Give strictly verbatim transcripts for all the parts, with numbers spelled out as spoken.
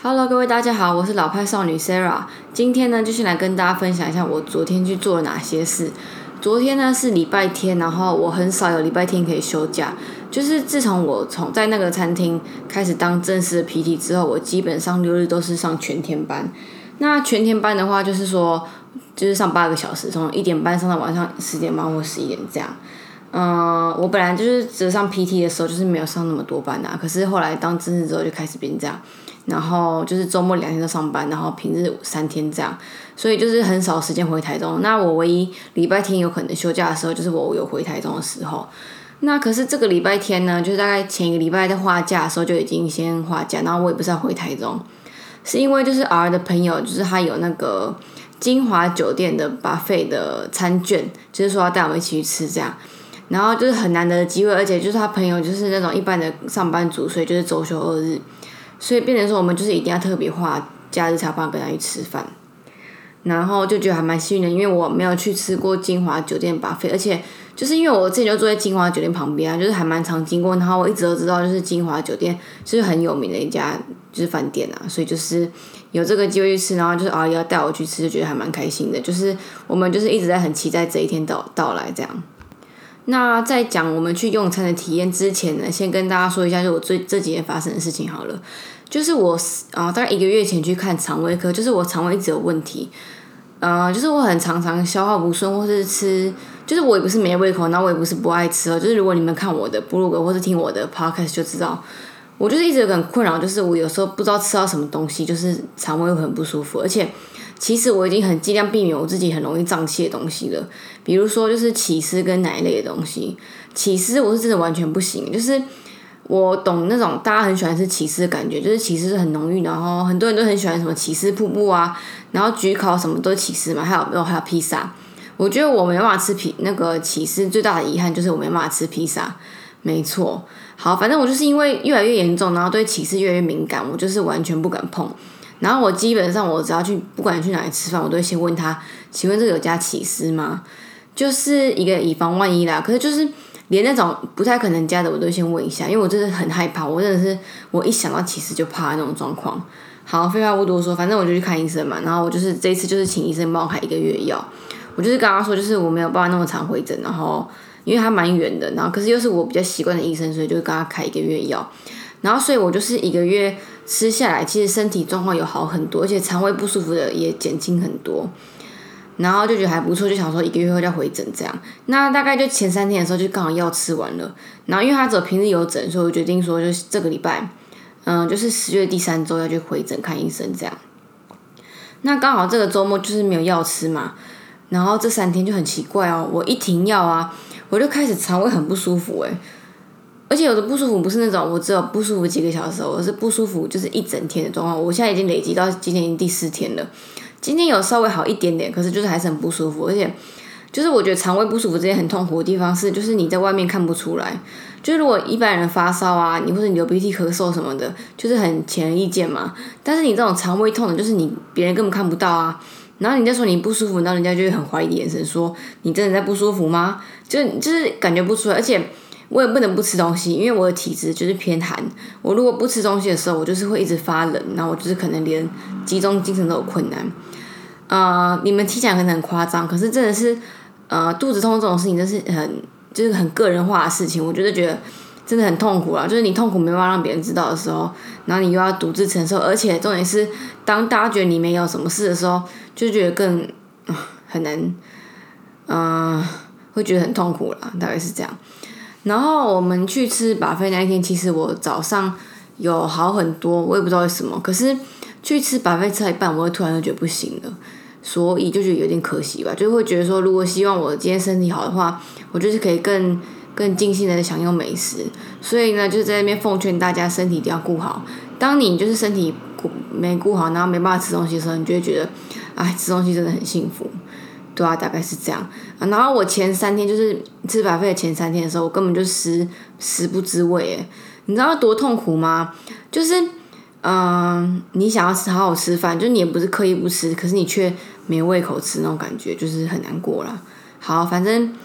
Hello，各位大家好，我是老派少女 Sarah。今天呢，就是来跟大家分享一下我昨天去做了哪些事。昨天呢是礼拜天，然后我很少有礼拜天可以休假。就是自从我从在那个餐厅开始当正式的 P T 之后，我基本上六日都是上全天班。那全天班的话，就是说就是上八个小时，从一点半上到晚上十点半或十一点这样。嗯，我本来就是只上 P T 的时候，就是没有上那么多班啊。可是后来当正式之后，就开始变这样。然后就是周末两天都上班，然后平日三天这样，所以就是很少时间回台中。那我唯一礼拜天有可能休假的时候，就是我有回台中的时候。那可是这个礼拜天呢，就是大概前一个礼拜在画假的时候就已经先画假，然后我也不是要回台中，是因为就是 R 的朋友，就是他有那个金华酒店的 buffet 的餐券，就是说要带我们一起去吃这样。然后就是很难得的机会，而且就是他朋友就是那种一般的上班族，所以就是周休二日。所以变成说我们就是一定要特别花假日才有办法跟他去吃饭，然后就觉得还蛮幸运的，因为我没有去吃过金华酒店 buffet， 而且就是因为我自己就住在金华酒店旁边啊，就是还蛮常经过，然后我一直都知道就是金华酒店就是很有名的一家就是饭店啊，所以就是有这个机会去吃，然后就是熬夜要带我去吃，就觉得还蛮开心的，就是我们就是一直在很期待这一天到到来这样。那在讲我们去用餐的体验之前呢，先跟大家说一下，就我最这几天发生的事情好了。就是我啊、呃，大概一个月前去看肠胃科，就是我肠胃一直有问题，呃，就是我很常常消化不顺，或是吃，就是我也不是没胃口，然后我也不是不爱吃哦。就是如果你们看我的 blog 或是听我的 podcast 就知道，我就是一直有很困扰，就是我有时候不知道吃到什么东西，就是肠胃会很不舒服，而且。其实我已经很尽量避免我自己很容易胀气的东西了，比如说就是起司跟奶类的东西。起司我是真的完全不行，就是我懂那种大家很喜欢吃起司的感觉，就是起司是很浓郁，然后很多人都很喜欢什么起司瀑布啊，然后焗烤什么都是起司嘛，还有还有披萨。我觉得我没办法吃披那个起司最大的遗憾就是我没办法吃披萨，没错。好，反正我就是因为越来越严重，然后对起司越来越敏感，我就是完全不敢碰。然后我基本上我只要去不管去哪里吃饭，我都会先问他，请问这个有加起司吗？就是一个以防万一啦。可是就是连那种不太可能加的，我都先问一下，因为我真的很害怕，我真的是我一想到起司就怕那种状况。好，废话不多说，反正我就去看医生嘛。然后我就是这一次就是请医生帮我开一个月药，我就是跟他说，就是我没有办法那么常回诊，然后因为他蛮远的，然后可是又是我比较习惯的医生，所以就跟他开一个月药。然后所以我就是一个月吃下来，其实身体状况有好很多，而且肠胃不舒服的也减轻很多，然后就觉得还不错，就想说一个月后再回诊这样。那大概就前三天的时候就刚好药吃完了，然后因为他只有平日有诊，所以我决定说就是这个礼拜，嗯，就是十月第三周要去回诊看医生这样。那刚好这个周末就是没有药吃嘛，然后这三天就很奇怪哦，我一停药啊，我就开始肠胃很不舒服诶。而且有的不舒服不是那种我只有不舒服几个小时，我是不舒服就是一整天的状况。我现在已经累积到今天已经第四天了，今天有稍微好一点点，可是就是还是很不舒服。而且就是我觉得肠胃不舒服这件很痛苦的地方是，就是你在外面看不出来。就是如果一般人发烧啊，你或者你流鼻涕、咳嗽什么的，就是很显而易见嘛。但是你这种肠胃痛的，就是你别人根本看不到啊。然后你再说你不舒服，然后人家就会很怀疑的眼神说你真的在不舒服吗？就就是感觉不出来，而且。我也不能不吃东西，因为我的体质就是偏寒。我如果不吃东西的时候，我就是会一直发冷，然后我就是可能连集中精神都有困难。呃，你们听起来可能很夸张，可是真的是，呃，肚子痛这种事情真是很就是很个人化的事情。我觉得觉得真的很痛苦啦，就是你痛苦没办法让别人知道的时候，然后你又要独自承受，而且重点是当大家觉得你没有什么事的时候，就觉得更、呃、很难，嗯、呃，会觉得很痛苦啦，大概是这样。然后我们去吃 buffet 那一天，其实我早上有好很多，我也不知道为什么。可是去吃 buffet 吃到一半，我会突然就觉得不行了，所以就觉得有点可惜吧。就会觉得说，如果希望我今天身体好的话，我就是可以更更尽兴的享用美食。所以呢，就是在那边奉劝大家，身体一定要顾好。当你就是身体没顾好，然后没办法吃东西的时候，你就会觉得，哎，吃东西真的很幸福。对啊，大概是这样、啊、然后我前三天就是吃buffet的前三天的时候，我根本就食食不知味诶，你知道多痛苦吗？就是嗯、呃，你想要好好吃饭，就你也不是刻意不吃，可是你却没胃口吃那种感觉，就是很难过啦。好，反正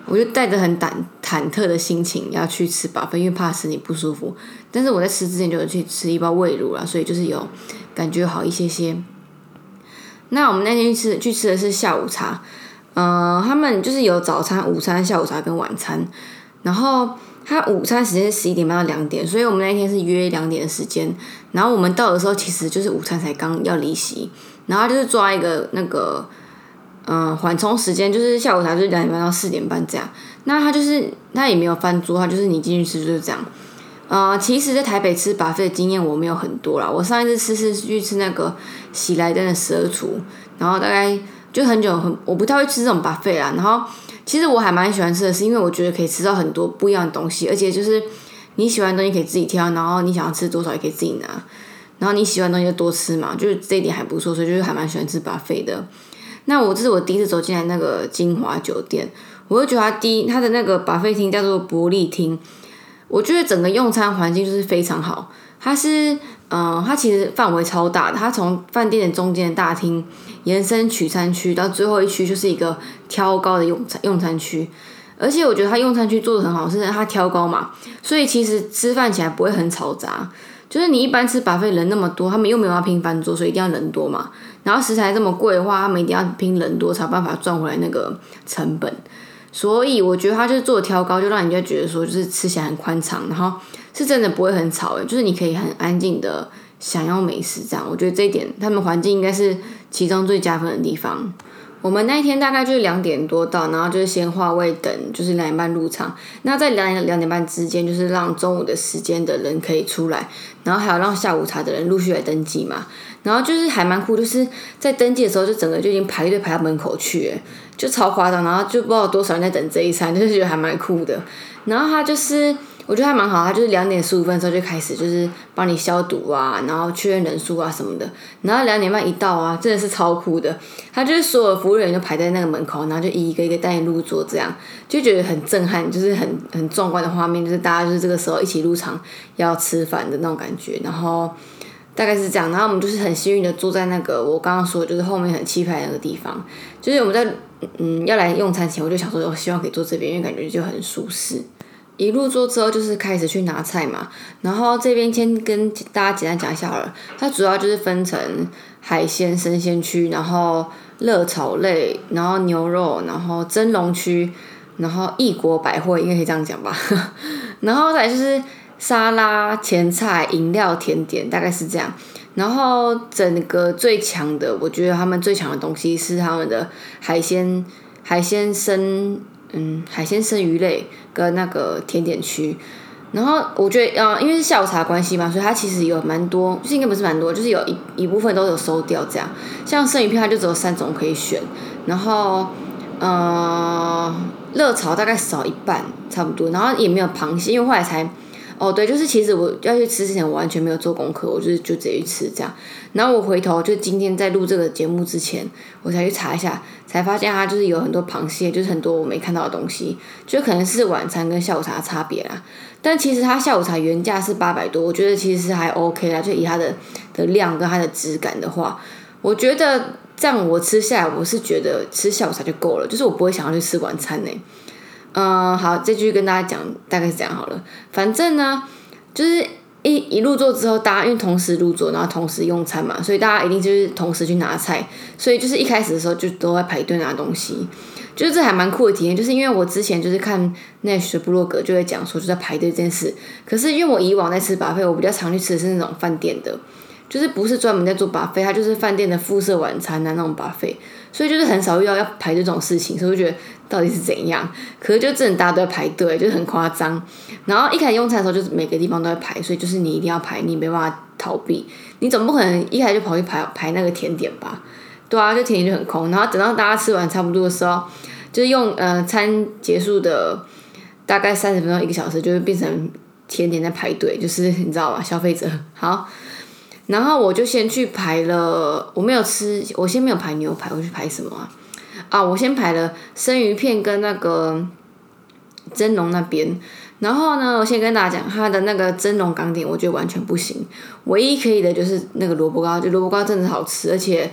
我就带着很忐忐忑的心情要去吃 buffet， 因为怕身体不舒服。但是我在吃之前就有去吃一包胃乳啦，所以就是有感觉好一些些。那我们那天去吃去吃的是下午茶，呃，他们就是有早餐、午餐、下午茶跟晚餐，然后他午餐时间是十一点半到两点，所以我们那天是约两点的时间。然后我们到的时候其实就是午餐才刚要离席，然后就是抓一个那个嗯缓冲时间，就是下午茶就是两点半到四点半这样。那他就是他也没有翻桌，他就是你进去吃就是这样。呃，其实在台北吃 buffet 的经验我没有很多啦，我上一次吃是去吃那个喜来登的十二厨，然后大概就很久很我不太会吃这种 buffet 啦。然后其实我还蛮喜欢吃的是，因为我觉得可以吃到很多不一样的东西，而且就是你喜欢的东西可以自己挑，然后你想要吃多少也可以自己拿，然后你喜欢的东西就多吃嘛，就是这一点还不错，所以就是还蛮喜欢吃 buffet 的。那我这是我第一次走进来那个金华酒店，我就觉得它第一它的那个 buffet 厅叫做伯利厅。我觉得整个用餐环境就是非常好，它是，嗯、呃，它其实范围超大的，它从饭店的中间的大厅延伸取餐区到最后一区就是一个挑高的用餐用餐区，而且我觉得它用餐区做的很好，是它挑高嘛，所以其实吃饭起来不会很嘈杂。就是你一般吃 buffet 人那么多，他们又没有要拼翻桌，所以一定要人多嘛。然后食材这么贵的话，他们一定要拼人多才有办法赚回来那个成本。所以我觉得他就是做的挑高，就让人家觉得说就是吃起来很宽敞，然后是真的不会很吵诶，就是你可以很安静的享用美食这样。我觉得这一点他们环境应该是其中最加分的地方。我们那一天大概就是两点多到，然后就是先划位等，就是两点半入场。那在两点两点半之间，就是让中午的时间的人可以出来，然后还有让下午茶的人陆续来登记嘛。然后就是还蛮酷，就是在登记的时候，就整个就已经排队排到门口去，哎，就超夸张。然后就不知道多少人在等这一餐，就是觉得还蛮酷的。然后他就是，我觉得还蛮好，他就是两点十五分的时候就开始，就是帮你消毒啊，然后确认人数啊什么的。然后两点半一到啊，真的是超酷的。他就是所有服务人员就排在那个门口，然后就一个一个带你入座，这样就觉得很震撼，就是很很壮观的画面，就是大家就是这个时候一起入场要吃饭的那种感觉。然后大概是这样，然后我们就是很幸运的坐在那个我刚刚说的就是后面很气派的那个地方，就是我们在嗯要来用餐前，我就想说我希望可以坐这边，因为感觉就很舒适。一入座之后就是开始去拿菜嘛，然后这边先跟大家简单讲一下好了，它主要就是分成海鲜生鲜区，然后热炒类，然后牛肉，然后蒸笼区，然后异国百汇应该可以这样讲吧，然后再来就是沙拉、前菜、饮料、甜点，大概是这样。然后整个最强的，我觉得他们最强的东西是他们的海鲜、海鲜生，嗯，海鲜生鱼类跟那个甜点区。然后我觉得，呃，因为是下午茶的关系嘛，所以它其实有蛮多，就是应该不是蛮多，就是有一一部分都有收掉这样。像生鱼片，它就只有三种可以选，然后，呃，热炒大概少一半差不多，然后也没有螃蟹，因为后来才。哦，对，就是其实我要去吃之前，我完全没有做功课，我就是就直接去吃这样。然后我回头就今天在录这个节目之前，我才去查一下，才发现它就是有很多螃蟹，就是很多我没看到的东西，就可能是晚餐跟下午茶的差别啦。但其实它下午茶原价是八百多，我觉得其实是还 OK 啦，就以它的的量跟它的质感的话，我觉得这样我吃下来，我是觉得吃下午茶就够了，就是我不会想要去吃晚餐呢、欸。嗯，好，这句跟大家讲大概是这样好了。反正呢，就是一一入座之后，大家因为同时入座，然后同时用餐嘛，所以大家一定就是同时去拿菜，所以就是一开始的时候就都在排队拿东西，就是这还蛮酷的体验。就是因为我之前就是看 Nash 的部落格就会讲说就在排队这件事，可是因为我以往在吃 buffet， 我比较常去吃的是那种饭店的。就是不是专门在做 buffet， 它就是饭店的附设晚餐啊那种 buffet， 所以就是很少遇到要排队这种事情，所以我觉得到底是怎样？可是就真的大家都在排队，就是很夸张。然后一开始用餐的时候，就是每个地方都在排，所以就是你一定要排，你没办法逃避，你总不可能一开始就跑去排排那个甜点吧？对啊，就甜点就很空。然后等到大家吃完差不多的时候，就是用呃餐结束的大概三十分钟一个小时，就会变成甜点在排队，就是你知道吧？消费者好。然后我就先去排了，我没有吃，我先没有排牛排，我去排什么啊？啊，我先排了生鱼片跟那个蒸笼那边。然后呢，我先跟大家讲，它的那个蒸笼港点，我觉得完全不行。唯一可以的就是那个萝卜糕，就萝卜糕真的好吃，而且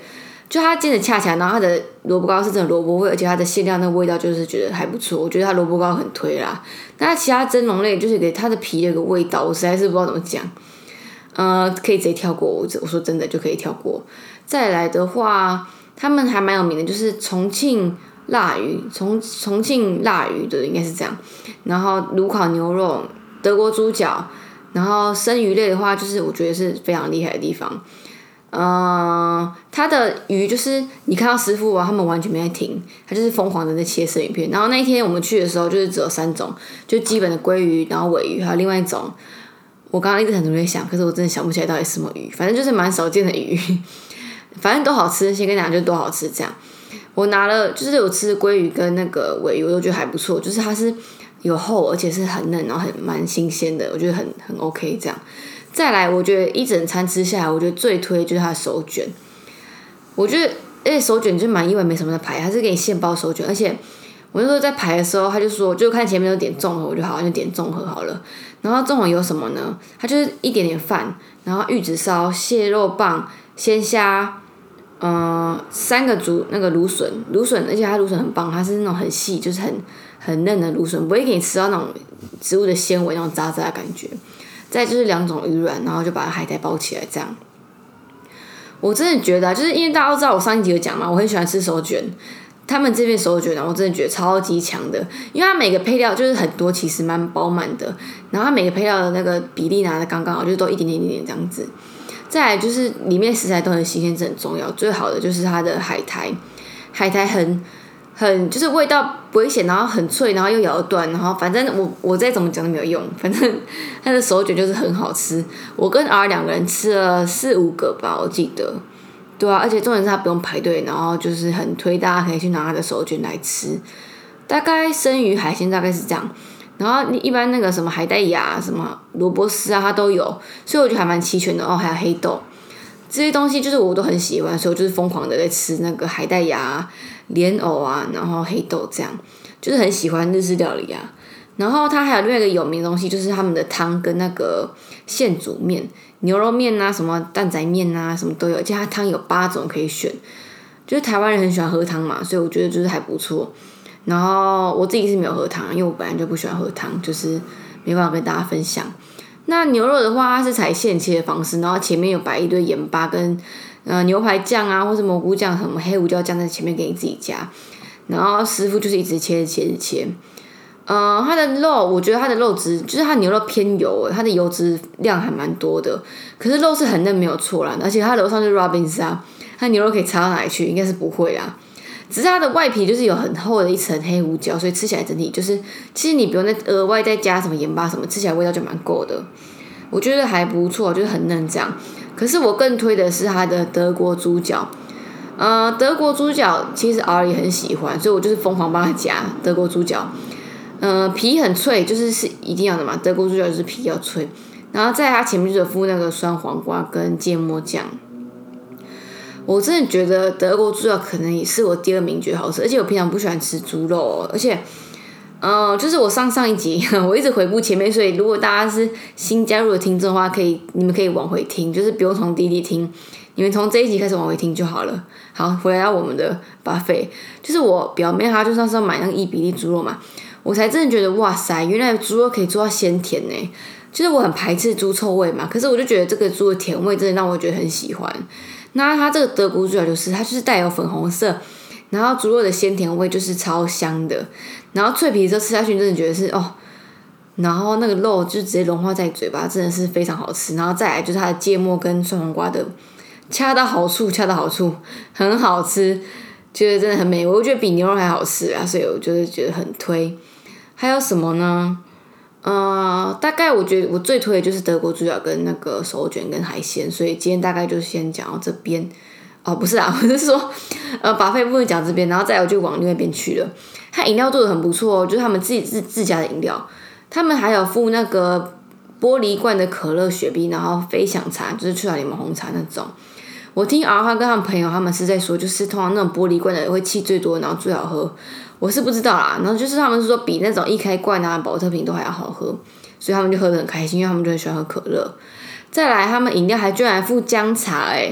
就它煎的恰恰，然后它的萝卜糕是真的萝卜味，而且它的馅料那个味道就是觉得还不错，我觉得它萝卜糕很推啦。那它其他蒸笼类就是给它的皮有个味道，我实在是不知道怎么讲，呃，可以直接跳过，我我说真的就可以跳过。再来的话，他们还蛮有名的，就是重庆辣鱼，重重庆辣鱼对，应该是这样。然后炉烤牛肉、德国猪脚，然后生鱼类的话，就是我觉得是非常厉害的地方。呃，它的鱼就是你看到师傅啊，他们完全没在停，他就是疯狂的在切生鱼片。然后那一天我们去的时候，就是只有三种，就基本的鲑鱼，然后尾鱼，还有另外一种，我刚刚一直很努力想，可是我真的想不起来到底是什么鱼，反正就是蛮少见的鱼，反正都好吃。先跟你讲，就都好吃这样。我拿了，就是有吃鲑鱼跟那个尾鱼，我都觉得还不错，就是它是有厚，而且是很嫩，然后很蛮新鲜的，我觉得很很 OK 这样。再来，我觉得一整餐吃下来，我觉得最推就是它的手卷。我觉得，而且手卷就蛮意外，没什么在排，它是给你现包手卷。而且我那时候在排的时候，他就说，就看前面有点综合，我就好像就点综合好了。然后综合有什么呢？它就是一点点饭，然后玉子烧、蟹肉棒、鲜虾，嗯、呃，三个竹那个芦笋，芦笋，而且它芦笋很棒，它是那种很细，就是很很嫩的芦笋，不会给你吃到那种植物的纤维那种渣渣的感觉。再就是两种鱼卵，然后就把海苔包起来，这样。我真的觉得、啊，就是因为大家都知道我上一集有讲嘛，我很喜欢吃手卷，他们这边手卷呢，我真的觉得超级强的，因为它每个配料就是很多，其实蛮饱满的，然后它每个配料的那个比例拿的刚刚好，就是都一点点一点点这样子。再来就是里面食材都很新鲜，这很重要。最好的就是它的海苔，海苔很。很就是味道不会咸，然后很脆，然后又咬得断，然后反正我我再怎么讲都没有用，反正它的手卷就是很好吃。我跟 R 两个人吃了四五个吧，我记得，对啊，而且重点是它不用排队，然后就是很推大家可以去拿它的手卷来吃。大概生鱼海鲜大概是这样，然后一般那个什么海带芽、什么萝卜丝啊，它都有，所以我觉得还蛮齐全的哦。还有黑豆这些东西，就是我都很喜欢，所以我就是疯狂的在吃那个海带芽。莲藕啊，然后黑豆这样，就是很喜欢日式料理啊。然后它还有另外一个有名的东西，就是他们的汤跟那个现煮面，牛肉面啊，什么蛋仔面啊，什么都有。而且它汤有八种可以选，就是台湾人很喜欢喝汤嘛，所以我觉得就是还不错。然后我自己是没有喝汤，因为我本来就不喜欢喝汤，就是没办法跟大家分享。那牛肉的话，它是采现切的方式，然后前面有摆一堆盐巴跟。呃，牛排酱啊，或是蘑菇酱，什么黑胡椒酱在前面给你自己加，然后师傅就是一直切切切。呃，它的肉，我觉得它的肉质就是它牛肉偏油，它的油脂量还蛮多的，可是肉是很嫩没有错啦，而且它楼上就是 Robins 啊，它牛肉可以插到哪里去？应该是不会啦，只是它的外皮就是有很厚的一层黑胡椒，所以吃起来整体就是，其实你不用再额外再加什么盐巴什么，吃起来味道就蛮够的，我觉得还不错，就是很嫩这样。可是我更推的是它的德国猪脚，呃，德国猪脚其实 R 也很喜欢，所以我就是疯狂帮他夹德国猪脚，呃，皮很脆，就是是一定要的嘛，德国猪脚就是皮要脆，然后在它前面就有附那个酸黄瓜跟芥末酱，我真的觉得德国猪脚可能也是我第二名觉得好吃，而且我平常不喜欢吃猪肉哦，而且。呃，就是我上上一集，我一直回顾前面，所以如果大家是新加入的听众的话，可以你们可以往回听，就是不用从第一集听，你们从这一集开始往回听就好了。好，回来到我们的 buffet， 就是我表妹她就上次要买那个伊比利猪肉嘛，我才真的觉得哇塞，原来猪肉可以做到鲜甜呢。就是我很排斥猪臭味嘛，可是我就觉得这个猪的甜味真的让我觉得很喜欢。那它这个德国猪脚就是它就是带有粉红色。然后猪肉的鲜甜味就是超香的，然后脆皮之后吃下去真的觉得是哦，然后那个肉就直接融化在嘴巴，真的是非常好吃。然后再来就是它的芥末跟酸黄瓜的恰到好处，恰到好处，很好吃，觉得真的很美味，我觉得比牛肉还好吃啊，所以我就是觉得很推。还有什么呢？呃，大概我觉得我最推的就是德国猪脚跟那个手卷跟海鲜，所以今天大概就先讲到这边。哦，不是啊，我是说，呃，buffet部分讲这边，然后再我就往另外一边去了。它饮料做的很不错哦，就是他们自己自自家的饮料，他们还有附那个玻璃罐的可乐、雪碧，然后飞翔茶，就是去哪柠檬红茶那种。我听敖他跟他们朋友他们是在说，就是通常那种玻璃罐的会气最多，然后最好喝。我是不知道啦，然后就是他们是说比那种一开罐啊、保特瓶都还要好喝，所以他们就喝得很开心，因为他们就很喜欢喝可乐。再来，他们饮料还居然附姜茶、欸，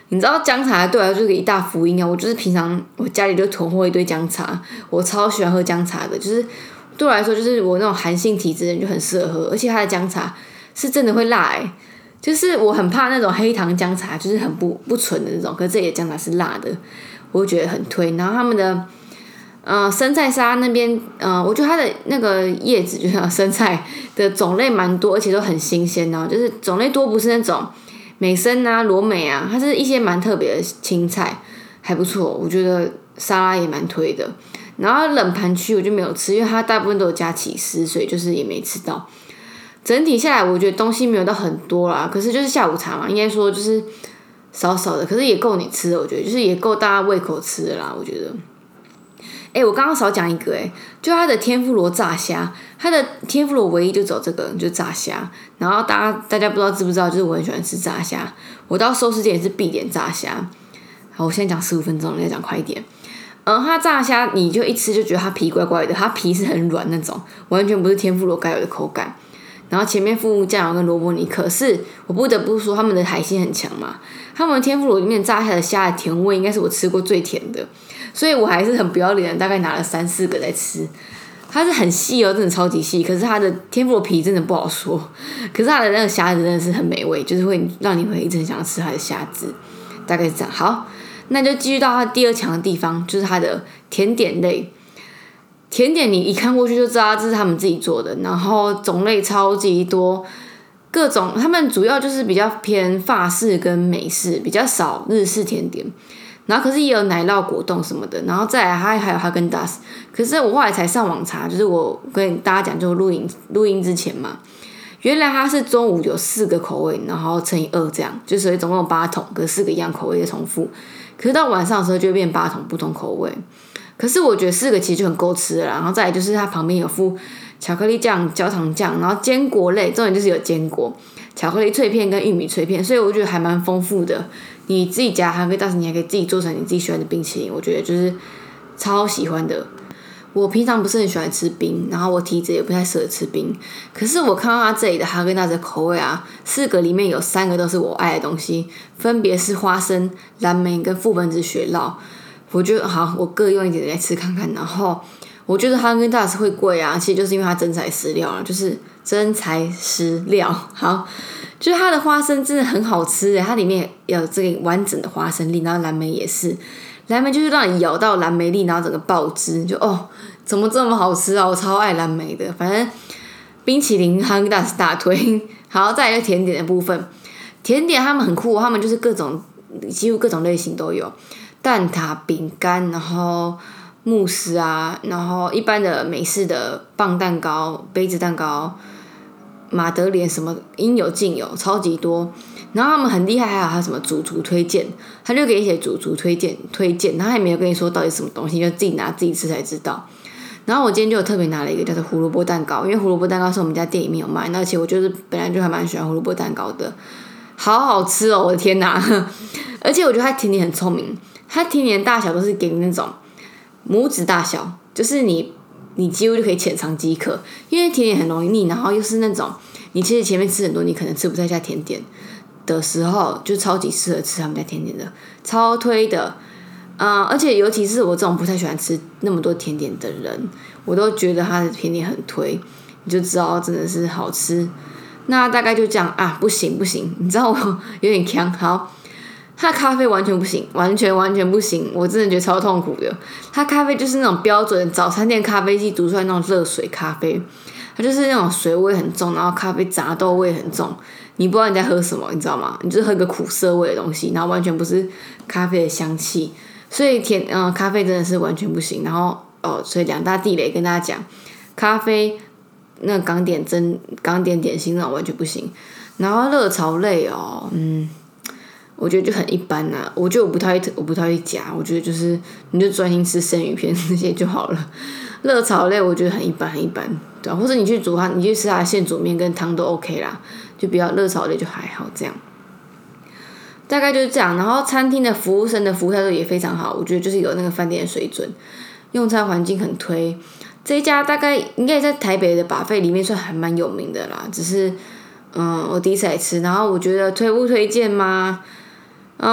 你知道姜茶对我来说就是一大福音啊！我就是平常我家里就囤货一堆姜茶，我超喜欢喝姜茶的，就是对我来说，就是我那种寒性体质的人就很适合喝，而且它的姜茶是真的会辣哎、欸，就是我很怕那种黑糖姜茶，就是很不不纯的那种，可是这里的姜茶是辣的，我就觉得很推。然后他们的呃生菜沙拉那边，呃，我觉得它的那个叶子就是生菜的种类蛮多，而且都很新鲜哦，就是种类多，不是那种美参啊、罗美啊，它是一些蛮特别的青菜，还不错，我觉得沙拉也蛮推的。然后冷盘区我就没有吃，因为它大部分都有加起司，所以就是也没吃到。整体下来，我觉得东西没有到很多啦，可是就是下午茶嘛，应该说就是少少的，可是也够你吃的，我觉得就是也够大家胃口吃的啦，我觉得。哎、欸，我刚刚少讲一个哎、欸，就它的天妇罗炸虾，它的天妇罗唯一就走这个，就炸虾。然后大家大家不知道知不知道，就是我很喜欢吃炸虾，我到寿司店也是必点炸虾。好，我现在讲十五分钟了，要讲快一点。嗯，它炸虾你就一吃就觉得它皮怪怪的，它皮是很软那种，完全不是天妇罗该有的口感。然后前面附酱油跟萝卜泥，可是我不得不说他们的海鲜很强嘛，他们的天妇罗里面炸下的虾的甜味应该是我吃过最甜的，所以我还是很不要脸的，大概拿了三四个在吃。它是很细哦，真的超级细，可是它的天妇罗皮真的不好说，可是它的那个虾子真的是很美味，就是会让你会一直很想吃它的虾子，大概是这样。好，那就继续到它第二强的地方，就是它的甜点类。甜点你一看过去就知道这是他们自己做的，然后种类超级多，各种他们主要就是比较偏法式跟美式，比较少日式甜点。然后可是也有奶酪果冻什么的，然后再来还还有哈根达斯。可是我后来才上网查，就是我跟大家讲，就录音录音之前嘛，原来它是中午有四个口味，然后乘以二这样，就所以总共有八桶，可是四个一样口味的重复。可是到晚上的时候就会变八桶不同口味。可是我觉得四个其实就很够吃了啦，然后再来就是它旁边有附巧克力酱、焦糖酱，然后坚果类，重点就是有坚果、巧克力脆片跟玉米脆片，所以我觉得还蛮丰富的。你自己家还可以，到时你还可以自己做成你自己喜欢的冰淇淋，我觉得就是超喜欢的。我平常不是很喜欢吃冰，然后我体质也不太适合吃冰，可是我看到它这里的哈根达斯的口味啊，四个里面有三个都是我爱的东西，分别是花生、蓝莓跟覆盆子雪酪。我觉得好，我各用一点来吃看看。然后我觉得哈根达斯会贵啊，其实就是因为它真材实料了，就是真材实料。好，就是它的花生真的很好吃耶，它里面有这个完整的花生粒，然后蓝莓也是，蓝莓就是让你咬到蓝莓粒，然后整个爆汁，就哦，怎么这么好吃啊！我超爱蓝莓的。反正冰淇淋哈根达斯大推。好，再来就甜点的部分，甜点他们很酷，他们就是各种几乎各种类型都有。蛋挞、饼干，然后慕斯啊，然后一般的美式的棒蛋糕、杯子蛋糕、马德莲什么应有尽有，超级多。然后他们很厉害，还有他什么主厨推荐，他就给你写主厨推荐推荐，然后他也没有跟你说到底什么东西，就自己拿自己吃才知道。然后我今天就有特别拿了一个叫做胡萝卜蛋糕，因为胡萝卜蛋糕是我们家店里面有卖，而且我就是本来就还蛮喜欢胡萝卜蛋糕的，好好吃哦，我的天哪！而且我觉得它甜点很聪明。它甜点的大小都是给你那种拇指大小，就是你你几乎就可以浅尝即可，因为甜点很容易腻，然后又是那种你其实前面吃很多，你可能吃不太下甜点的时候，就超级适合吃他们家甜点的，超推的。嗯，而且尤其是我这种不太喜欢吃那么多甜点的人，我都觉得它的甜点很推，你就知道真的是好吃。那大概就这样啊，不行不行，你知道我有点呛，好。它的咖啡完全不行，完全完全不行，我真的觉得超痛苦的。它咖啡就是那种标准早餐店咖啡机煮出来那种热水咖啡，它就是那种水味很重，然后咖啡杂豆味很重，你不知道你在喝什么，你知道吗？你就是喝一个苦涩味的东西，然后完全不是咖啡的香气，所以甜嗯、呃、咖啡真的是完全不行。然后哦，所以两大地雷跟大家讲，咖啡那个港点真港点点心那种完全不行。然后热炒类哦，嗯。我觉得就很一般啦、啊，我觉得我不太会，我不太会夹，我觉得就是你就专心吃生鱼片那些就好了。热炒类我觉得很一般，很一般，对啊，或者你去煮它，你去吃它的现煮面跟汤都 OK 啦，就比较热炒类就还好这样。大概就是这样，然后餐厅的服务生的服务态度也非常好，我觉得就是有那个饭店的水准，用餐环境很推。这一家大概应该在台北的buffet里面算还蛮有名的啦，只是嗯我第一次来吃，然后我觉得推不推荐吗？嗯、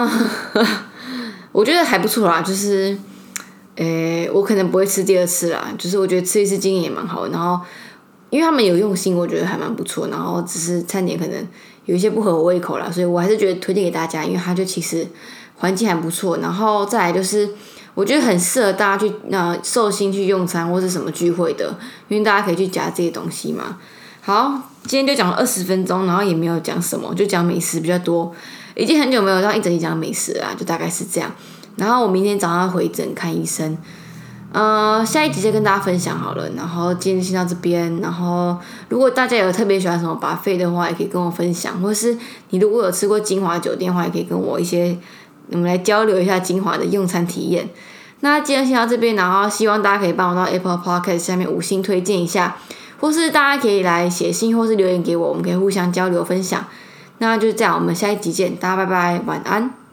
嗯，我觉得还不错啦，就是，诶，我可能不会吃第二次啦，就是我觉得吃一次经验也蛮好的，然后因为他们有用心，我觉得还蛮不错，然后只是餐点可能有一些不合我胃口啦，所以我还是觉得推荐给大家，因为它就其实环境还不错，然后再来就是我觉得很适合大家去呃寿星去用餐或是什么聚会的，因为大家可以去夹这些东西嘛。好，今天就讲了二十分钟，然后也没有讲什么，就讲美食比较多。已经很久没有让一整集讲美食了啦，就大概是这样。然后我明天早上要回诊看医生，呃，下一集再跟大家分享好了。然后今天先到这边。然后如果大家有特别喜欢什么buffet的话，也可以跟我分享，或是你如果有吃过金华酒店的话，也可以跟我一些，我们来交流一下金华的用餐体验。那今天先到这边，然后希望大家可以帮我到 Apple Podcast 下面五星推荐一下。或是大家可以来写信或是留言给我，我们可以互相交流分享。那就是这样，我们下一集见，大家拜拜，晚安。